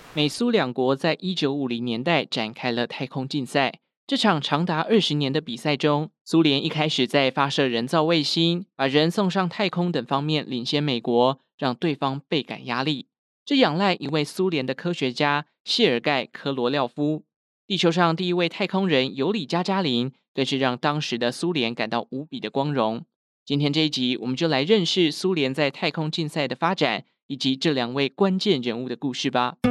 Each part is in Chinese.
美苏两国在1950年代展开了太空竞赛。这场长达20年的比赛中，苏联一开始在发射人造卫星、把人送上太空等方面领先美国，让对方倍感压力。这仰赖一位苏联的科学家谢尔盖·科罗廖夫。地球上第一位太空人尤里·加加林，更是让当时的苏联感到无比的光荣。今天这一集，我们就来认识苏联在太空竞赛的发展，以及这两位关键人物的故事吧。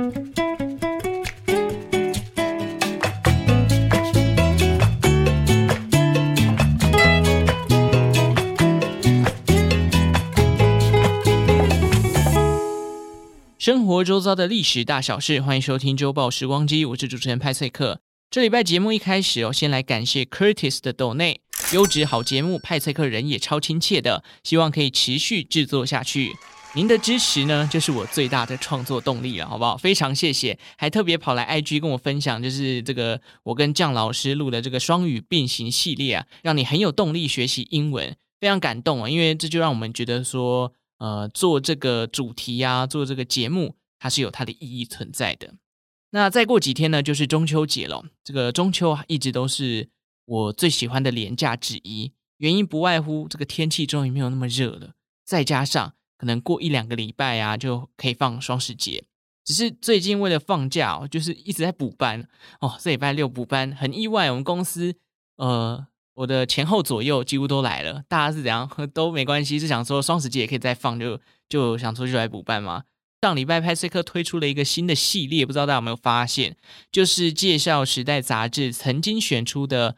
生活周遭的历史大小事，欢迎收听周报时光机，我是主持人派翠克。这礼拜节目一开始先来感谢 Curtis 的抖内，优质好节目，派翠克人也超亲切的，希望可以持续制作下去。您的支持呢，就是我最大的创作动力了，好不好？非常谢谢，还特别跑来 IG 跟我分享，就是这个我跟酱老师录的这个双语并行系列啊，让你很有动力学习英文，非常感动啊，因为这就让我们觉得说做这个主题啊，做这个节目，它是有它的意义存在的。那再过几天呢，就是中秋节了。这个中秋啊，一直都是我最喜欢的连假之一，原因不外乎这个天气终于没有那么热了，再加上可能过1-2个礼拜啊，就可以放双十节。只是最近为了放假就是一直在补班这礼拜6补班，很意外，我们公司我的前后左右几乎都来了，大家是怎样都没关系，是想说双十节也可以再放，就想说就来补班嘛。上礼拜派翠克推出了一个新的系列，不知道大家有没有发现，就是介绍时代杂志曾经选出的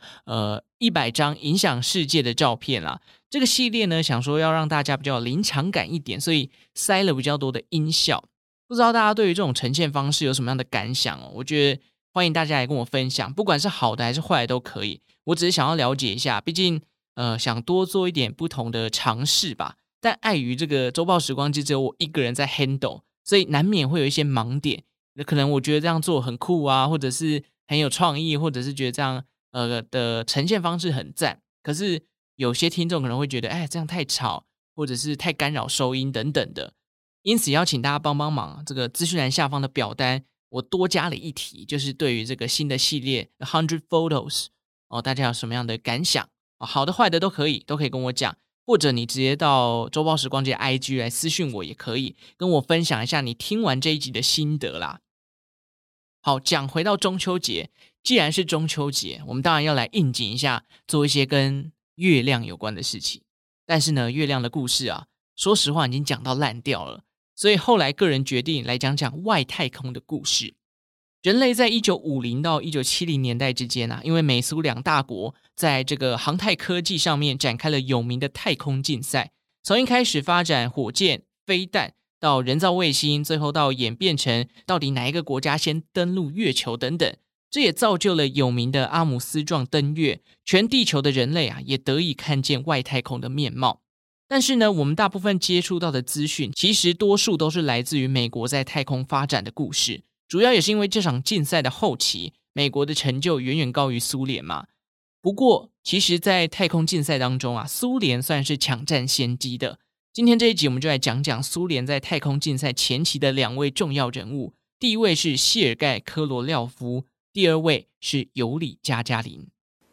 100张影响世界的照片啦。这个系列呢，想说要让大家比较有临场感一点，所以塞了比较多的音效。不知道大家对于这种呈现方式有什么样的感想我觉得欢迎大家来跟我分享，不管是好的还是坏的都可以。我只是想要了解一下，毕竟想多做一点不同的尝试吧。但碍于这个周报时光机只有我一个人在 handle， 所以难免会有一些盲点。可能我觉得这样做很酷啊，或者是很有创意，或者是觉得这样的呈现方式很赞。可是有些听众可能会觉得，这样太吵，或者是太干扰收音等等的。因此邀请大家帮帮忙，这个资讯栏下方的表单我多加了一题，就是对于这个新的系列 100 Photos大家有什么样的感想好的坏的都可以跟我讲，或者你直接到周报时光机 IG 来私讯我也可以，跟我分享一下你听完这一集的心得啦。好，讲回到中秋节，既然是中秋节，我们当然要来应景一下，做一些跟月亮有关的事情。但是呢，月亮的故事啊，说实话已经讲到烂掉了，所以后来个人决定来讲讲外太空的故事。人类在1950到1970年代之间因为美苏两大国在这个航太科技上面展开了有名的太空竞赛，从一开始发展火箭、飞弹，到人造卫星，最后到演变成到底哪一个国家先登陆月球等等，这也造就了有名的阿姆斯壮登月，全地球的人类也得以看见外太空的面貌。但是呢，我们大部分接触到的资讯，其实多数都是来自于美国在太空发展的故事，主要也是因为这场竞赛的后期，美国的成就远远高于苏联嘛。不过其实在太空竞赛当中苏联算是抢占先机的。今天这一集我们就来讲讲苏联在太空竞赛前期的2位重要人物，第一位是谢尔盖·科罗廖夫，第二位是尤里·加加林。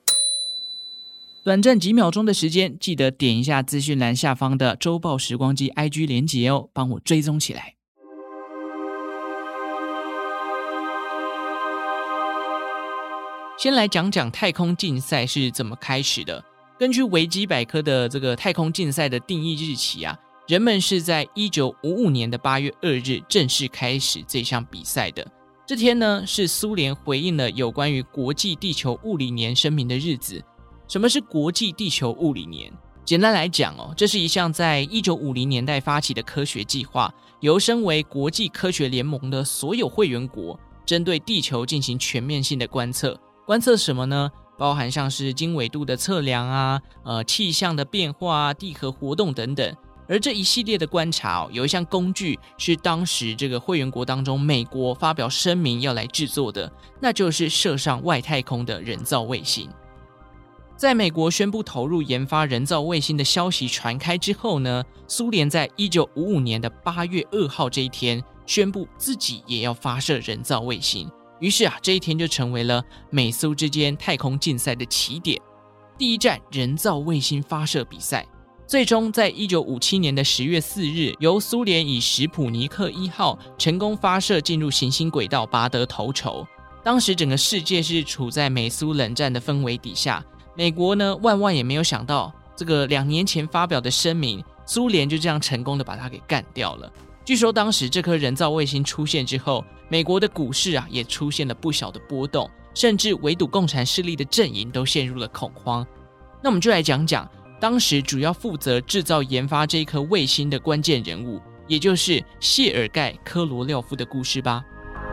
短暂几秒钟的时间，记得点一下资讯栏下方的周报时光机 IG 连结帮我追踪起来。先来讲讲太空竞赛是怎么开始的。根据维基百科的这个太空竞赛的定义日期人们是在1955年的8月2日正式开始这项比赛的。这天呢，是苏联回应了有关于国际地球物理年声明的日子。什么是国际地球物理年？简单来讲这是一项在1950年代发起的科学计划，由身为国际科学联盟的所有会员国针对地球进行全面性的观测。观测什么呢？包含像是经纬度的测量气象的变化地核活动等等。而这一系列的观察有一项工具是当时这个会员国当中美国发表声明要来制作的，那就是射上外太空的人造卫星。在美国宣布投入研发人造卫星的消息传开之后呢，苏联在1955年的8月2号这一天宣布自己也要发射人造卫星。于是这一天就成为了美苏之间太空竞赛的起点，第一站人造卫星发射比赛。最终在1957年的10月4日，由苏联以史普尼克1号成功发射进入行星轨道，拔得头筹。当时整个世界是处在美苏冷战的氛围底下，美国呢万万也没有想到，这个2年前发表的声明，苏联就这样成功的把它给干掉了。据说当时这颗人造卫星出现之后，美国的股市也出现了不小的波动，甚至围堵共产势力的阵营都陷入了恐慌。那我们就来讲讲当时主要负责制造研发这一颗卫星的关键人物，也就是谢尔盖·科罗廖夫的故事吧。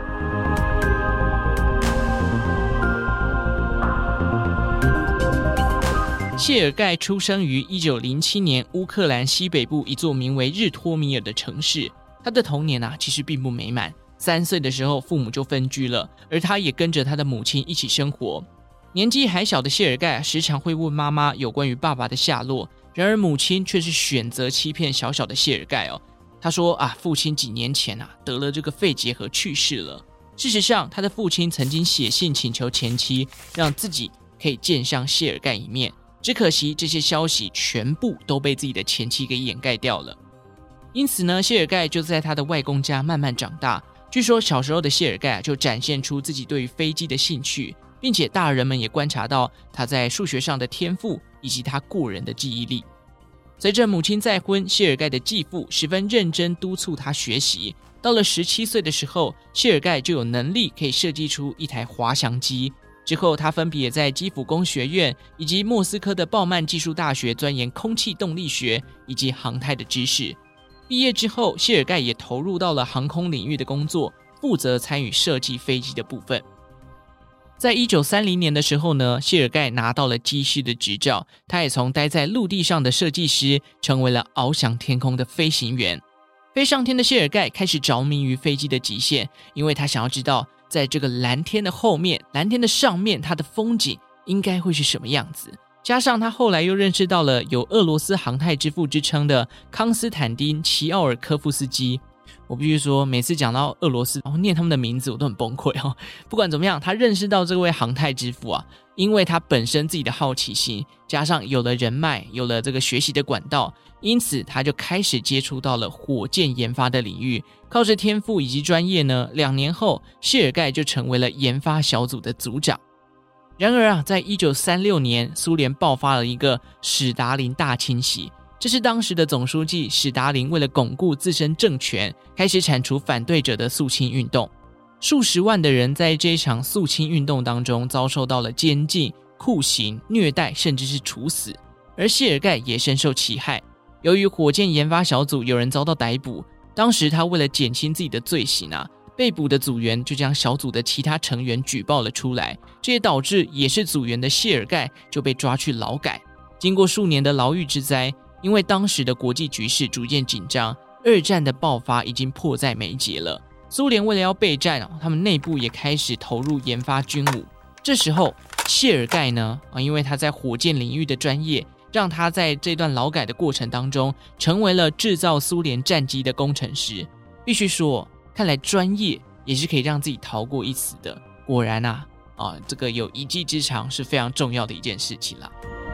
谢尔盖出生于1907年乌克兰西北部一座名为日托米尔的城市。他的童年其实并不美满，3岁的时候父母就分居了，而他也跟着他的母亲一起生活。年纪还小的谢尔盖时常会问妈妈有关于爸爸的下落，然而母亲却是选择欺骗小小的谢尔盖他说父亲几年前得了这个肺结核去世了。事实上他的父亲曾经写信请求前妻让自己可以见上谢尔盖一面，只可惜这些消息全部都被自己的前妻给掩盖掉了。因此呢，谢尔盖就在他的外公家慢慢长大。据说小时候的谢尔盖就展现出自己对于飞机的兴趣，并且大人们也观察到他在数学上的天赋以及他过人的记忆力。随着母亲再婚，谢尔盖的继父十分认真督促他学习。到了17岁的时候，谢尔盖就有能力可以设计出一台滑翔机。之后他分别在基辅工学院以及莫斯科的鲍曼技术大学钻研空气动力学以及航太的知识。毕业之后，谢尔盖也投入到了航空领域的工作，负责参与设计飞机的部分。在1930年的时候呢，谢尔盖拿到了机师的执照，他也从待在陆地上的设计师成为了翱翔天空的飞行员。飞上天的谢尔盖开始着迷于飞机的极限，因为他想要知道在这个蓝天的后面，蓝天的上面，它的风景应该会是什么样子。加上他后来又认识到了有俄罗斯航太之父之称的康斯坦丁·齐奥尔科夫斯基。我必须说，每次讲到俄罗斯念他们的名字我都很崩溃不管怎么样，他认识到这位航太之父因为他本身自己的好奇心，加上有了人脉，有了这个学习的管道，因此他就开始接触到了火箭研发的领域。靠着天赋以及专业呢，2年后谢尔盖就成为了研发小组的组长。然而在1936年，苏联爆发了一个史达林大清洗。这是当时的总书记史达林为了巩固自身政权，开始铲除反对者的肃清运动。数十万的人在这一场肃清运动当中遭受到了监禁、酷刑、虐待，甚至是处死。而谢尔盖也深受其害。由于火箭研发小组有人遭到逮捕，当时他为了减轻自己的罪行被捕的组员就将小组的其他成员举报了出来，这也导致也是组员的谢尔盖就被抓去劳改。经过数年的牢狱之灾，因为当时的国际局势逐渐紧张，二战的爆发已经迫在眉睫了。苏联为了要备战他们内部也开始投入研发军武。这时候谢尔盖呢因为他在火箭领域的专业，让他在这段劳改的过程当中成为了制造苏联战机的工程师。必须说，看来专业也是可以让自己逃过一死的。果然这个有一技之长是非常重要的一件事情啦。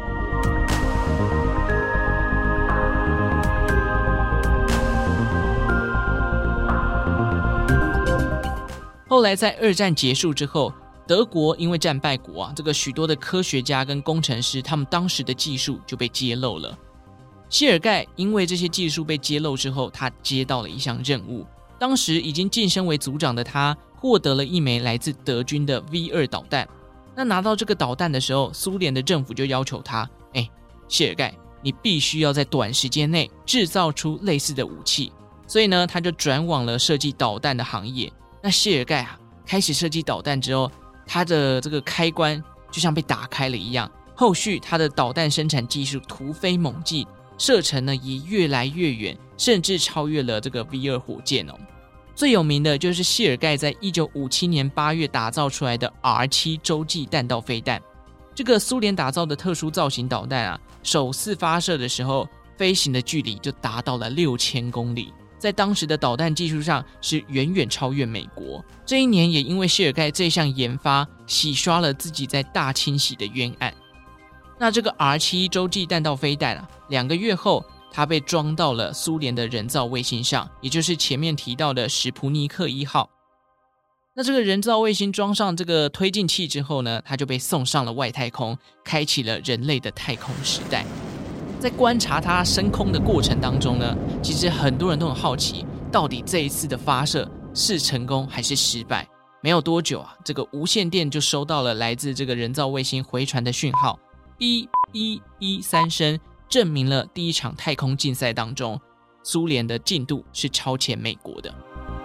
后来在二战结束之后，德国因为战败国这个许多的科学家跟工程师，他们当时的技术就被揭露了。谢尔盖因为这些技术被揭露之后，他接到了一项任务。当时已经晋升为组长的他，获得了一枚来自德军的 V2 导弹。那拿到这个导弹的时候，苏联的政府就要求他，谢尔盖，你必须要在短时间内制造出类似的武器。所以呢，他就转往了设计导弹的行业。那谢尔盖开始设计导弹之后，他的这个开关就像被打开了一样，后续他的导弹生产技术突飞猛进，射程呢也越来越远，甚至超越了这个 V2 火箭最有名的就是谢尔盖在1957年8月打造出来的 R7 洲际弹道飞弹。这个苏联打造的特殊造型导弹首次发射的时候，飞行的距离就达到了6000公里。 在当时的导弹技术上是远远超越美国。这一年也因为谢尔盖这项研发洗刷了自己在大清洗的冤案。那这个 R7 洲际弹道飞弹2个月后它被装到了苏联的人造卫星上，也就是前面提到的史普尼克1号。那这个人造卫星装上这个推进器之后呢，它就被送上了外太空，开启了人类的太空时代。在观察它升空的过程当中呢，其实很多人都很好奇，到底这一次的发射是成功还是失败。没有多久这个无线电就收到了来自这个人造卫星回传的讯号，111声，证明了第一场太空竞赛当中，苏联的进度是超前美国的。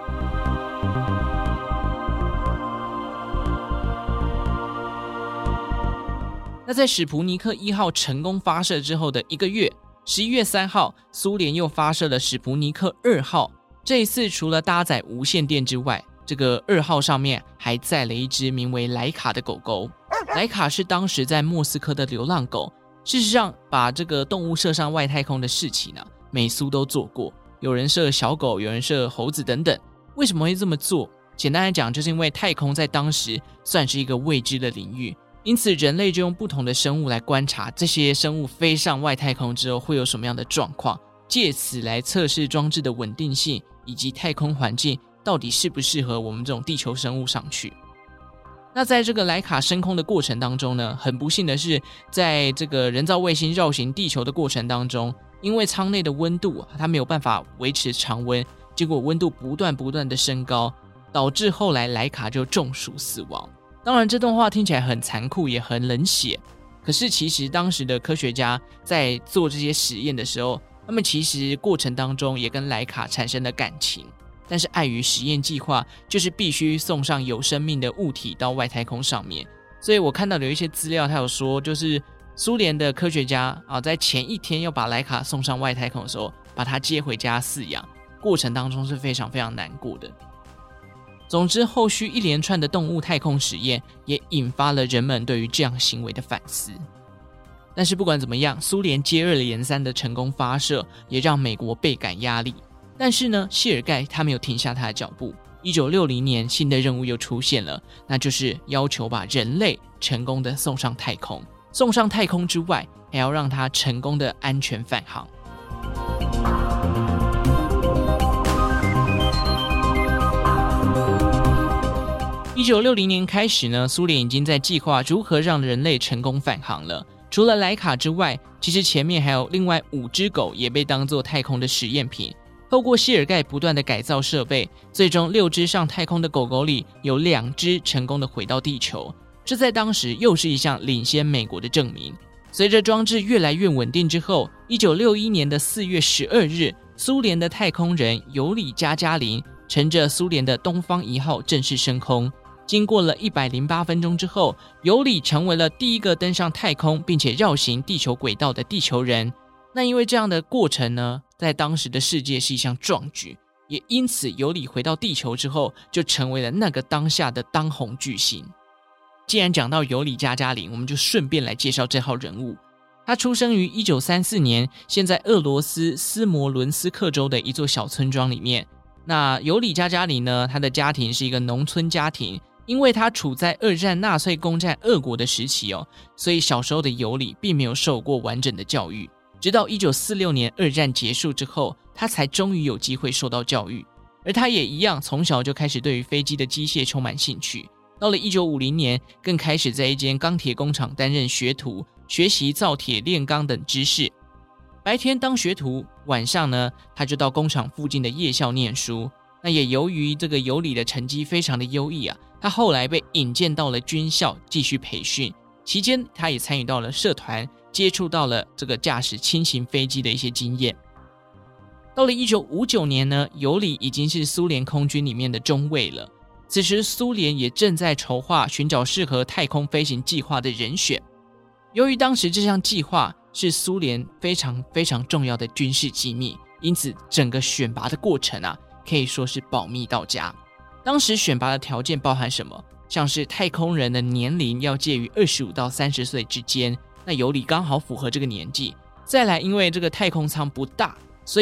那在史普尼克1号成功发射之后的1个月，11月3号，苏联又发射了史普尼克2号。这一次除了搭载无线电之外，这个2号上面还载了一只名为莱卡的狗狗。莱卡是当时在莫斯科的流浪狗。事实上，把这个动物射上外太空的事情美苏都做过，有人射小狗，有人射猴子等等。为什么会这么做？简单来讲，就是因为太空在当时算是一个未知的领域，因此人类就用不同的生物来观察这些生物飞上外太空之后会有什么样的状况，借此来测试装置的稳定性以及太空环境到底适不适合我们这种地球生物上去。那在这个莱卡升空的过程当中呢，很不幸的是，在这个人造卫星绕行地球的过程当中，因为舱内的温度它没有办法维持常温，结果温度不断的升高，导致后来莱卡就中暑死亡。当然这段话听起来很残酷也很冷血，可是其实当时的科学家在做这些实验的时候，他们其实过程当中也跟莱卡产生了感情，但是碍于实验计划就是必须送上有生命的物体到外太空上面，所以我看到有一些资料他有说，就是苏联的科学家在前一天要把莱卡送上外太空的时候，把它接回家饲养，过程当中是非常难过的。总之，后续一连串的动物太空实验也引发了人们对于这样行为的反思。但是不管怎么样，苏联接二连三的成功发射也让美国倍感压力。但是呢，谢尔盖他没有停下他的脚步。1960年，新的任务又出现了，那就是要求把人类成功的送上太空。送上太空之外，还要让他成功的安全返航。1960年开始呢，苏联已经在计划如何让人类成功返航了。除了莱卡之外，其实前面还有另外5只狗也被当作太空的实验品。透过谢尔盖不断的改造设备，最终6只上太空的狗狗里有2只成功的回到地球，这在当时又是一项领先美国的证明。随着装置越来越稳定之后，1961年的4月12日，苏联的太空人尤里加加林乘着苏联的东方1号正式升空。经过了108分钟之后，尤里成为了第一个登上太空并且绕行地球轨道的地球人。那因为这样的过程呢，在当时的世界是一项壮举，也因此尤里回到地球之后就成为了那个当下的当红巨星。既然讲到尤里加加林，我们就顺便来介绍这号人物。他出生于1934年，现在俄罗斯斯摩伦斯克州的一座小村庄里面。那尤里加加林呢，他的家庭是一个农村家庭，因为他处在二战纳粹攻占俄国的时期所以小时候的尤里并没有受过完整的教育。直到1946年二战结束之后，他才终于有机会受到教育。而他也一样，从小就开始对于飞机的机械充满兴趣。到了1950年，更开始在一间钢铁工厂担任学徒，学习造铁、炼钢等知识。白天当学徒，晚上呢，他就到工厂附近的夜校念书。那也由于这个尤里的成绩非常的优异他后来被引荐到了军校继续培训。期间他也参与到了社团，接触到了这个驾驶轻型飞机的一些经验。到了1959年呢，尤里已经是苏联空军里面的中尉了。此时苏联也正在筹划寻找适合太空飞行计划的人选。由于当时这项计划是苏联非常重要的军事机密，因此整个选拔的过程可以说是保密到家。当时选拔的条件包含什么？像是太空人的年龄要介于25到30岁之间，那尤里刚好符合这个年纪。再来，因为这个太空舱不大，所以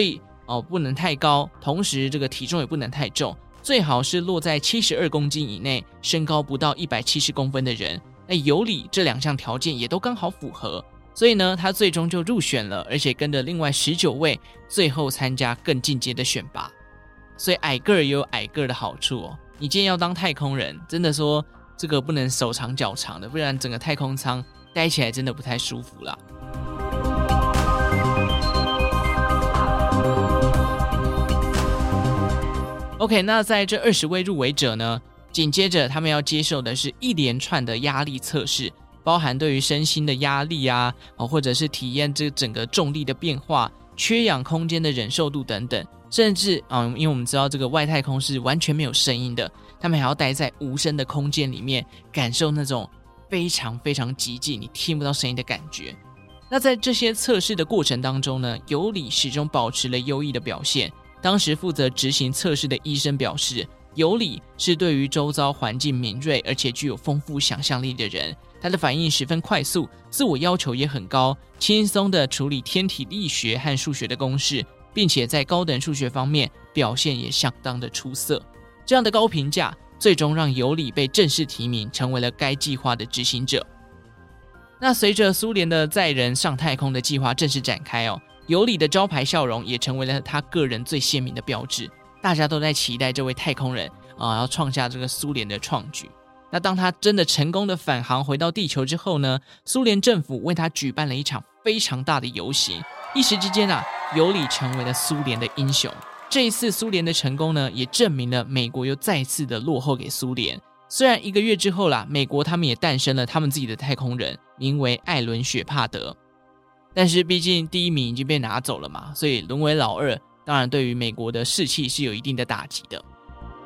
不能太高，同时这个体重也不能太重，最好是落在72公斤以内，身高不到170公分的人。那尤里这2项条件也都刚好符合，所以呢，他最终就入选了，而且跟着另外19位最后参加更进阶的选拔。所以矮个儿也有矮个儿的好处哦。你今天要当太空人，真的说这个不能手长脚长的，不然整个太空舱待起来真的不太舒服啦。OK， 那在这20位入围者呢，紧接着他们要接受的是一连串的压力测试，包含对于身心的压力啊，或者是体验这整个重力的变化、缺氧空间的忍受度等等，甚至因为我们知道这个外太空是完全没有声音的，他们还要待在无声的空间里面，感受那种非常非常寂静，你听不到声音的感觉。那在这些测试的过程当中呢，尤里始终保持了优异的表现。当时负责执行测试的医生表示，尤里是对于周遭环境敏锐而且具有丰富想象力的人，他的反应十分快速，自我要求也很高，轻松地处理天体力学和数学的公式，并且在高等数学方面表现也相当的出色。这样的高评价最终让尤里被正式提名成为了该计划的执行者。那随着苏联的载人上太空的计划正式展开尤里的招牌笑容也成为了他个人最鲜明的标志，大家都在期待这位太空人要创下这个苏联的创举。那当他真的成功的返航回到地球之后呢，苏联政府为他举办了一场非常大的游行，一时之间尤里成为了苏联的英雄。这一次苏联的成功呢，也证明了美国又再次的落后给苏联。虽然1个月之后美国他们也诞生了他们自己的太空人，名为艾伦·雪帕德，但是毕竟第1名已经被拿走了嘛，所以沦为老二，当然对于美国的士气是有一定的打击的。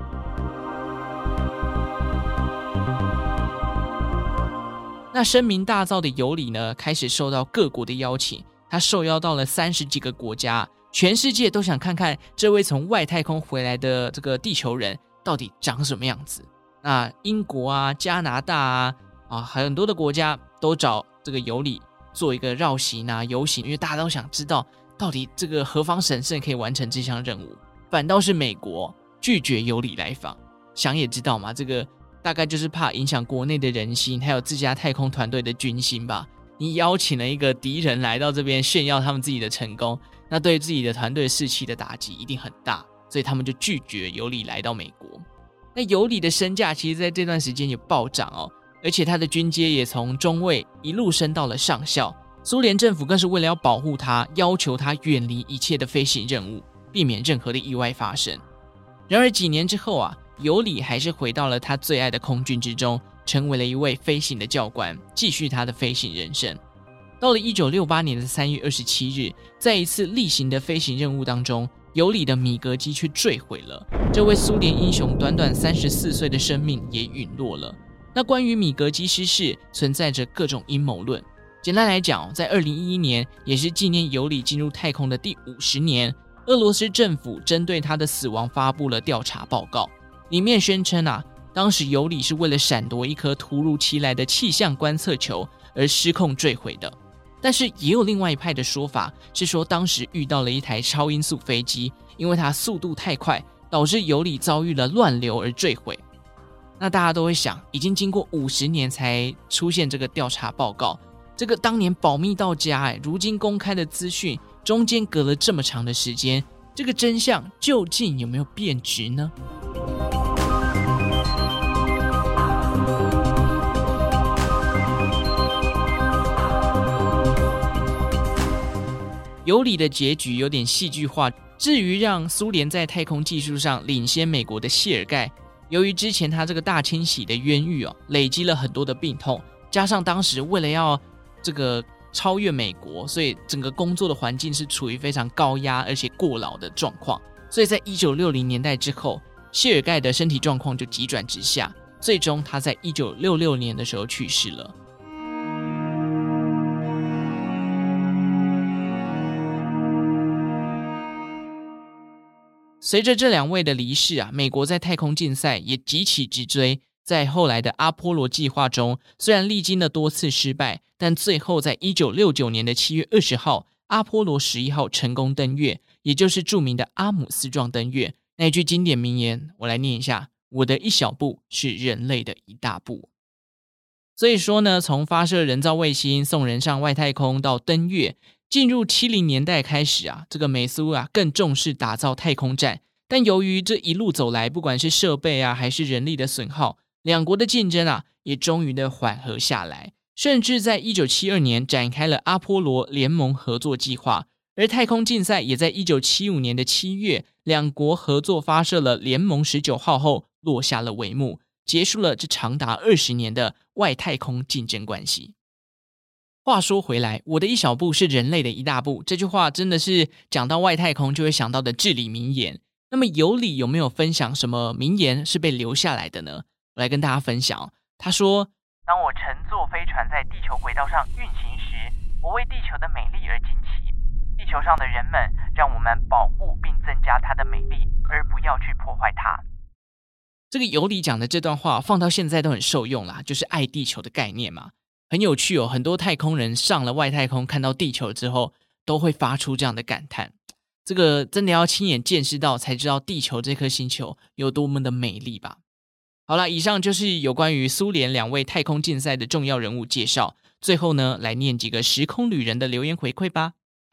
那声名大噪的尤里呢，开始受到各国的邀请，他受邀到了30几个国家，全世界都想看看这位从外太空回来的这个地球人到底长什么样子。那英国啊、加拿大很多的国家都找这个尤里做一个绕行游行，因为大家都想知道到底这个何方神圣可以完成这项任务。反倒是美国拒绝尤里来访，想也知道嘛，这个大概就是怕影响国内的人心，还有自家太空团队的军心吧。你邀请了一个敌人来到这边炫耀他们自己的成功，那对自己的团队士气的打击一定很大，所以他们就拒绝尤里来到美国。那尤里的身价其实在这段时间也暴涨而且他的军阶也从中尉一路升到了上校。苏联政府更是为了要保护他，要求他远离一切的飞行任务，避免任何的意外发生。然而几年之后尤里还是回到了他最爱的空军之中，成为了一位飞行的教官，继续他的飞行人生。到了1968年的3月27日，在一次例行的飞行任务当中，尤里的米格机却坠毁了，这位苏联英雄短短34岁的生命也陨落了。那关于米格机失事，存在着各种阴谋论。简单来讲，在2011年，也是纪念尤里进入太空的第50年，俄罗斯政府针对他的死亡发布了调查报告，里面宣称当时尤里是为了闪躲一颗突如其来的气象观测球而失控坠毁的。但是也有另外一派的说法，是说当时遇到了一台超音速飞机，因为它速度太快，导致尤里遭遇了乱流而坠毁。那大家都会想，已经经过50年才出现这个调查报告，这个当年保密到家如今公开的资讯，中间隔了这么长的时间，这个真相究竟有没有变质呢？尤里的结局有点戏剧化，至于让苏联在太空技术上领先美国的谢尔盖，由于之前他这个大清洗的冤狱累积了很多的病痛，加上当时为了要这个超越美国，所以整个工作的环境是处于非常高压而且过劳的状况，所以在1960年代之后，谢尔盖的身体状况就急转直下，最终他在1966年的时候去世了。随着这2位的离世美国在太空竞赛也急起直追。在后来的阿波罗计划中，虽然历经了多次失败，但最后在1969年的7月20号， 阿波罗11号成功登月，也就是著名的阿姆斯壮登月。那一句经典名言，我来念一下：我的一小步是人类的一大步。所以说呢，从发射人造卫星送人上外太空到登月，进入70年代开始啊，这个美苏啊更重视打造太空站。但由于这一路走来，不管是设备啊还是人力的损耗，两国的竞争啊也终于的缓和下来，甚至在1972年展开了阿波罗联盟合作计划。而太空竞赛也在1975年的7月，两国合作发射了联盟19号后落下了帷幕，结束了这长达20年的外太空竞争关系。话说回来，我的一小步是人类的一大步，这句话真的是讲到外太空就会想到的至理名言。那么有理有没有分享什么名言是被留下来的呢？我来跟大家分享。他说，当我乘坐飞船在地球轨道上运行时，我为地球的美丽而惊奇。地球上的人们让我们保护并增加它的美丽，而不要去破坏它。这个有理讲的这段话放到现在都很受用啦，就是爱地球的概念嘛，很有趣哦。很多太空人上了外太空看到地球之后都会发出这样的感叹，这个真的要亲眼见识到才知道地球这颗星球有多么的美丽吧。好了，以上就是有关于苏联2位太空竞赛的重要人物介绍。最后呢，来念几个时空旅人的留言回馈吧。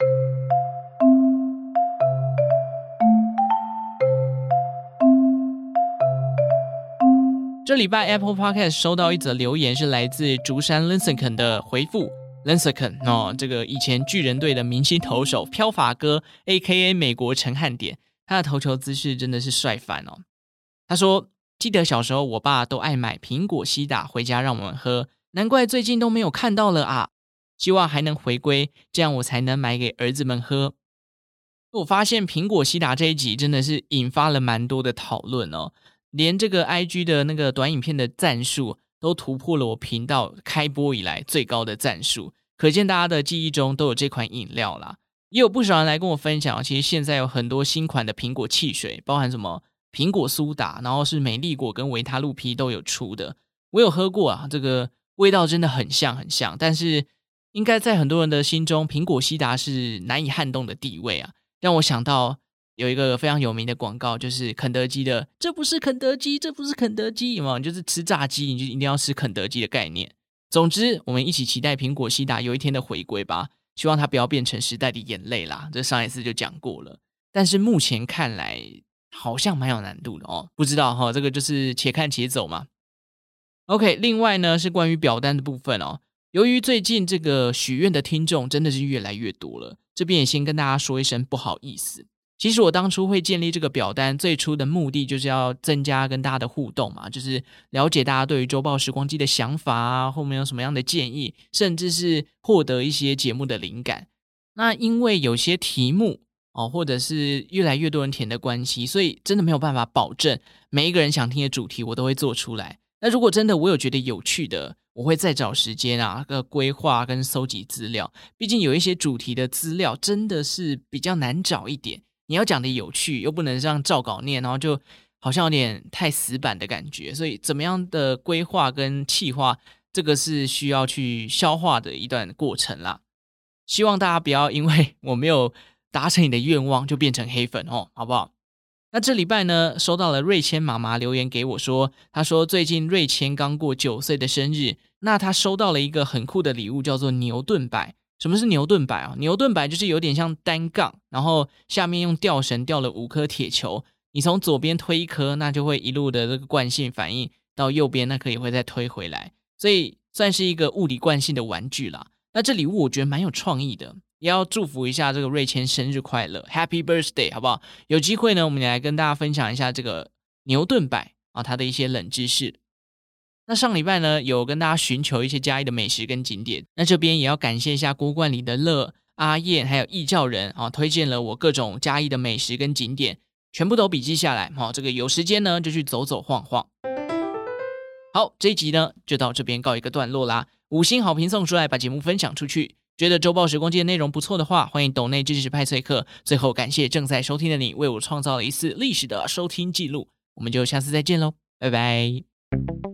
这礼拜 Apple Podcast 收到一则留言，是来自竹山 Lincecum 的回复。Lincecum 这个以前巨人队的明星投手飘法哥 AKA 美国陈汉典，他的投球姿势真的是帅翻哦。他说，记得小时候我爸都爱买苹果西打回家让我们喝，难怪最近都没有看到了啊，希望还能回归，这样我才能买给儿子们喝。我发现苹果西打这一集真的是引发了蛮多的讨论哦，连这个 IG 的那个短影片的赞数都突破了我频道开播以来最高的赞数，可见大家的记忆中都有这款饮料啦。也有不少人来跟我分享，其实现在有很多新款的苹果汽水，包含什么苹果苏打，然后是美丽果跟维他露 P 都有出的。我有喝过啊，这个味道真的很像很像，但是应该在很多人的心中，苹果西达是难以撼动的地位啊。让我想到有一个非常有名的广告，就是肯德基的这不是肯德基，这不是肯德基，有没有？就是吃炸鸡你就一定要吃肯德基的概念。总之我们一起期待苹果西达有一天的回归吧，希望它不要变成时代的眼泪啦，这上一次就讲过了，但是目前看来好像蛮有难度的哦，不知道哈，这个就是且看且走嘛。OK， 另外呢是关于表单的部分哦，由于最近这个许愿的听众真的是越来越多了，这边也先跟大家说一声不好意思。其实我当初会建立这个表单，最初的目的就是要增加跟大家的互动嘛，就是了解大家对于周报时光机的想法啊，后面有什么样的建议，甚至是获得一些节目的灵感。那因为有些题目或者是越来越多人填的关系，所以真的没有办法保证每一个人想听的主题我都会做出来。那如果真的我有觉得有趣的，我会再找时间啊规划跟搜集资料，毕竟有一些主题的资料真的是比较难找一点，你要讲的有趣又不能这样照稿念，然后就好像有点太死板的感觉，所以怎么样的规划跟企划，这个是需要去消化的一段过程啦。希望大家不要因为我没有达成你的愿望就变成黑粉哦，好不好？那这礼拜呢，收到了瑞谦妈妈留言给我说，她说最近瑞谦刚过9岁的生日，那她收到了一个很酷的礼物，叫做牛顿摆。什么是牛顿摆啊？牛顿摆就是有点像单杠，然后下面用吊绳吊了5颗铁球，你从左边推一颗，那就会一路的这个惯性反应到右边，那颗也会再推回来，所以算是一个物理惯性的玩具啦。那这礼物我觉得蛮有创意的，也要祝福一下这个瑞谦生日快乐 Happy Birthday 好不好？有机会呢我们也来跟大家分享一下这个牛顿摆它的一些冷知识。那上礼拜呢有跟大家寻求一些嘉义的美食跟景点，那这边也要感谢一下郭冠里的乐、阿燕还有异教人推荐了我各种嘉义的美食跟景点，全部都笔记下来这个有时间呢就去走走晃晃。好，这一集呢就到这边告一个段落啦，5星好评送出来，把节目分享出去。觉得周报时光机的内容不错的话，欢迎抖内支持派翠克。最后感谢正在收听的你，为我创造了一次历史的收听记录。我们就下次再见咯，拜拜。